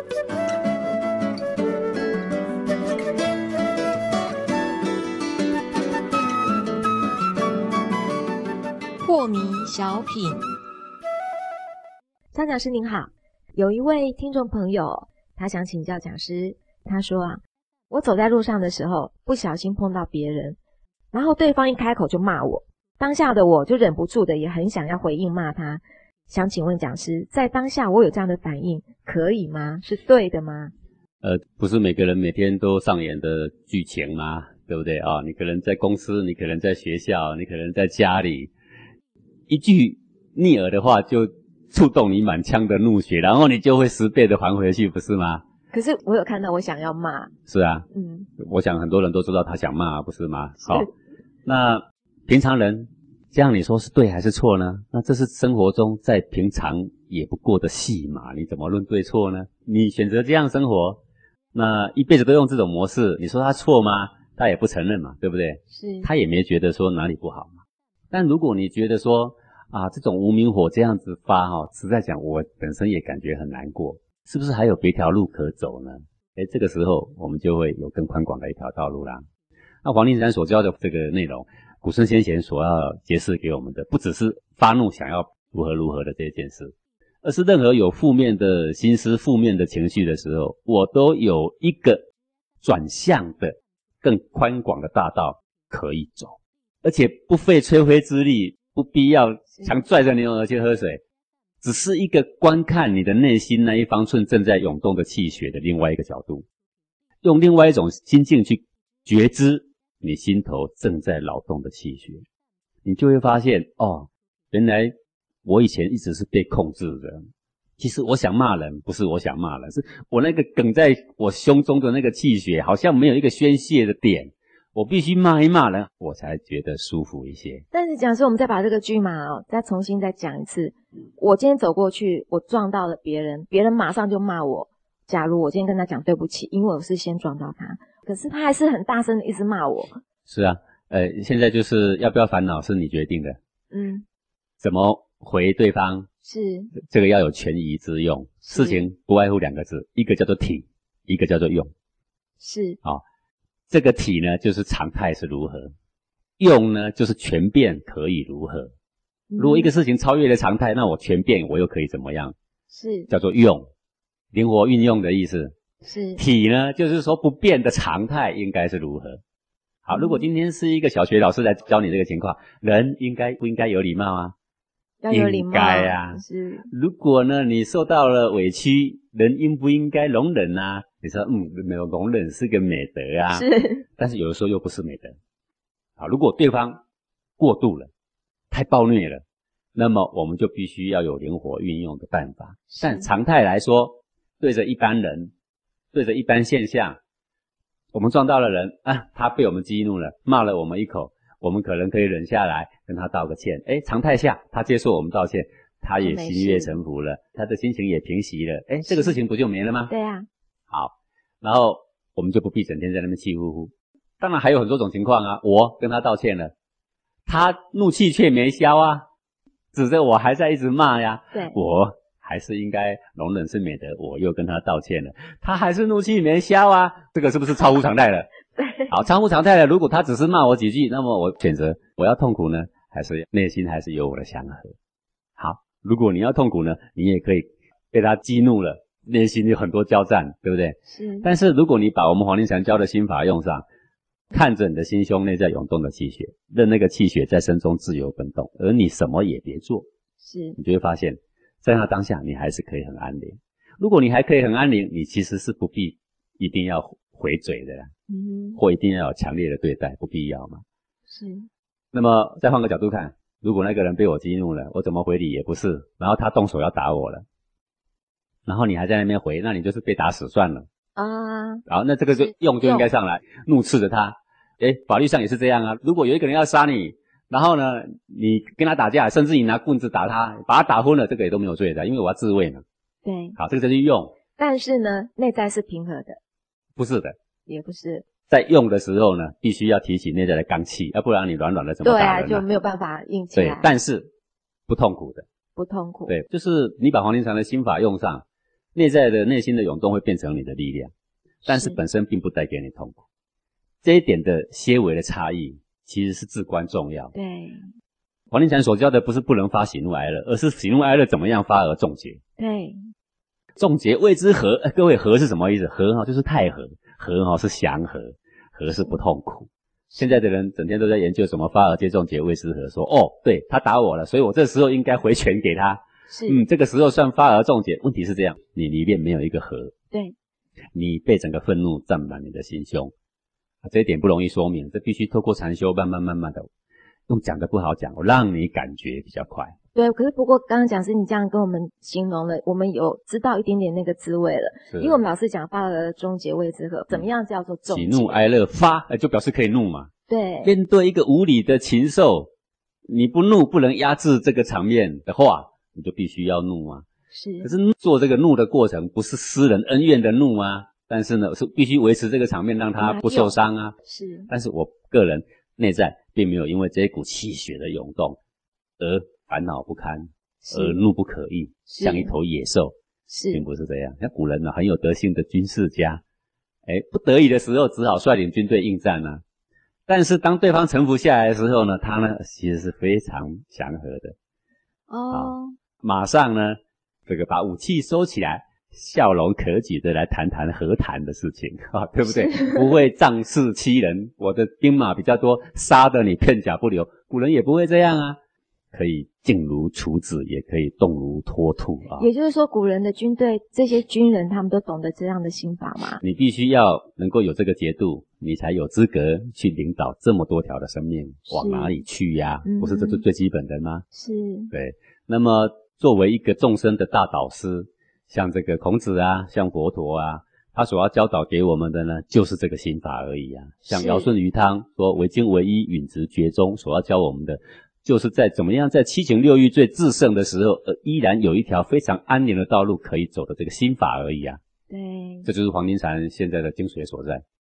破迷小品。张讲师您好，有一位听众朋友，他想请教讲师，他说啊，我走在路上的时候，不小心碰到别人，然后对方一开口就骂我，当下的我就忍不住的也很想要回应骂他，想请问讲师，在当下我有这样的反应可以吗？是对的吗？ 不是每个人每天都上演的剧情吗？对不对啊？你可能在公司，你可能在学校，你可能在家里，一句逆耳的话就触动你满腔的怒血，然后你就会10倍的还回去，不是吗？ 可是我有看到我想要骂。 是啊，我想很多人都知道他想骂，不是吗？好，那平常人这样你说是对还是错呢？那这是生活中再平常也不过的戏嘛，你怎么论对错呢？你选择这样生活，那一辈子都用这种模式，你说他错吗？他也不承认嘛，对不对？ 是， 他也没觉得说哪里不好嘛。但如果你觉得说啊，这种无名火这样子发实在讲我本身也感觉很难过，是不是还有别条路可走呢？这个时候我们就会有更宽广的一条道路啦。那黄庭禅所教的这个内容，古圣先贤所要揭示给我们的，不只是发怒想要如何如何的这件事，而是任何有负面的心思、负面的情绪的时候，我都有一个转向的更宽广的大道可以走，而且不费吹灰之力，不必要强拽着牛儿去喝水，只是一个观看你的内心那一方寸正在涌动的气血的另外一个角度，用另外一种心境去觉知你心头正在扰动的气血，你就会发现原来我以前一直是被控制的。其实我想骂人，不是我想骂人，是我那个梗在我胸中的那个气血好像没有一个宣泄的点，我必须骂一骂人，我才觉得舒服一些。 但是讲师，我们再把这个剧码再重新再讲一次。我今天走过去，我撞到了别人，别人马上就骂我。假如我今天跟他讲对不起，因为我是先撞到他，可是他还是很大声的一直骂我。 是啊，现在就是要不要烦恼是你决定的。怎么回对方？是这个要有权宜之用。事情不外乎2个字，一个叫做体，一个叫做用。是这个体呢，就是常态是如何；用呢，就是全变可以如何。如果一个事情超越了常态，那我全变我又可以怎么样？是叫做用，灵活运用的意思。是体呢，就是说不变的常态应该是如何。好，如果今天是一个小学老师来教你这个情况，人应该不应该有礼貌啊？ 要有礼貌，应该啊。 是。如果呢你受到了委屈，人应不应该容忍啊？你说没有容忍是个美德啊。是。但是有的时候又不是美德。好，如果对方过度了，太暴虐了，那么我们就必须要有灵活运用的办法。但常态来说，对着一般人，对着一般现象，我们撞到了人他被我们激怒了，骂了我们一口，我们可能可以忍下来跟他道个歉。常态下他接受我们道歉，他也心悦诚服了，他的心情也平息了，这个事情不就没了吗？ 对啊。好， 然后我们就不必整天在那边气呼呼。当然还有很多种情况啊，我跟他道歉了，他怒气却没消啊，指着我还在一直骂呀。对，我还是应该容忍是美德，我又跟他道歉了，他还是怒气没消啊，这个是不是超乎常态了？对。好，超乎常态了，如果他只是骂我几句，那么我选择我要痛苦呢，还是内心还是有我的祥和？好，如果你要痛苦呢，你也可以被他激怒了，内心有很多交战，对不对？是。但是如果你把我们黄庭禅教的心法用上，看着你的心胸内在涌动的气血，任那个气血在身中自由奔动，而你什么也别做，是，你就会发现在那当下你还是可以很安宁。如果你还可以很安宁，你其实是不必一定要回嘴的啦，或一定要有强烈的对待，不必要嘛。是。那么再换个角度看，如果那个人被我激怒了，我怎么回礼也不是，然后他动手要打我了，然后你还在那边回，那你就是被打死算了啊。然后那这个就用就应该上来，怒斥着他。法律上也是这样啊。如果有一个人要杀你，然后呢你跟他打架，甚至你拿棍子打他，把他打昏了，这个也都没有罪的，因为我要自卫嘛。对。好，这个就是用。但是呢内在是平和的。不是的。也不是。在用的时候呢，必须要提起内在的刚气，要不然你软软的怎么打人啊？对啊，就没有办法硬起来。对，但是不痛苦的。不痛苦。对，就是你把黄庭禅的心法用上， 内在的内心的涌动会变成你的力量，但是本身并不带给你痛苦。这一点的些微的差异其实是至关重要。 对， 黄庭禅所教的不是不能发喜怒哀乐，而是喜怒哀乐怎么样发而众结。 对， 众结谓之和。各位，和是什么意思？和就是太和，和是祥和，和是不痛苦。现在的人整天都在研究什么发而皆众结谓之和，说对，他打我了，所以我这时候应该回拳给他。 是， 这个时候算发而众结。问题是这样，你里面没有一个和。 对， 你被整个愤怒占满你的心胸。这一点不容易说明，这必须透过禅修慢慢的，用讲的不好讲，我让你感觉比较快。 对，可是不过刚刚讲师你这样跟我们形容了，我们有知道一点点那个滋味了。因为我们老师讲发而众结谓之和，怎么样叫做众结？ 喜怒哀乐发，就表示可以怒嘛。 对， 面对一个无理的禽兽，你不怒不能压制这个场面的话，你就必须要怒啊。 是。 可是做这个怒的过程不是私人恩怨的怒啊，但是呢是必须维持这个场面让它不受伤啊。 是。 但是我个人内在并没有因为这一股气血的涌动而烦恼不堪，而怒不可遏，像一头野兽，并不是这样。像古人呢，很有德性的军事家，不得已的时候只好率领军队应战啊。但是当对方臣服下来的时候呢，他呢其实是非常祥和的。马上呢这个把武器收起来，笑容可掬的来谈谈和谈的事情，对不对？不会仗势欺人，我的兵马比较多，杀得你片甲不留。古人也不会这样啊，可以静如处子，也可以动如脱兔啊。 也就是说，古人的军队，这些军人他们都懂得这样的心法吗？ 你必须要能够有这个节度，你才有资格去领导这么多条的生命往哪里去呀？不是这是最基本的吗？ 是。 对。那么作为一个众生的大导师，像这个孔子啊，像佛陀啊，他所要教导给我们的呢，就是这个心法而已啊。像尧舜禹汤说为精为一，允直厥中，所要教我们的就是在怎么样在七情六欲最炽盛的时候，依然有一条非常安宁的道路可以走的这个心法而已啊。 对， 这就是黄庭禅现在的精髓所在。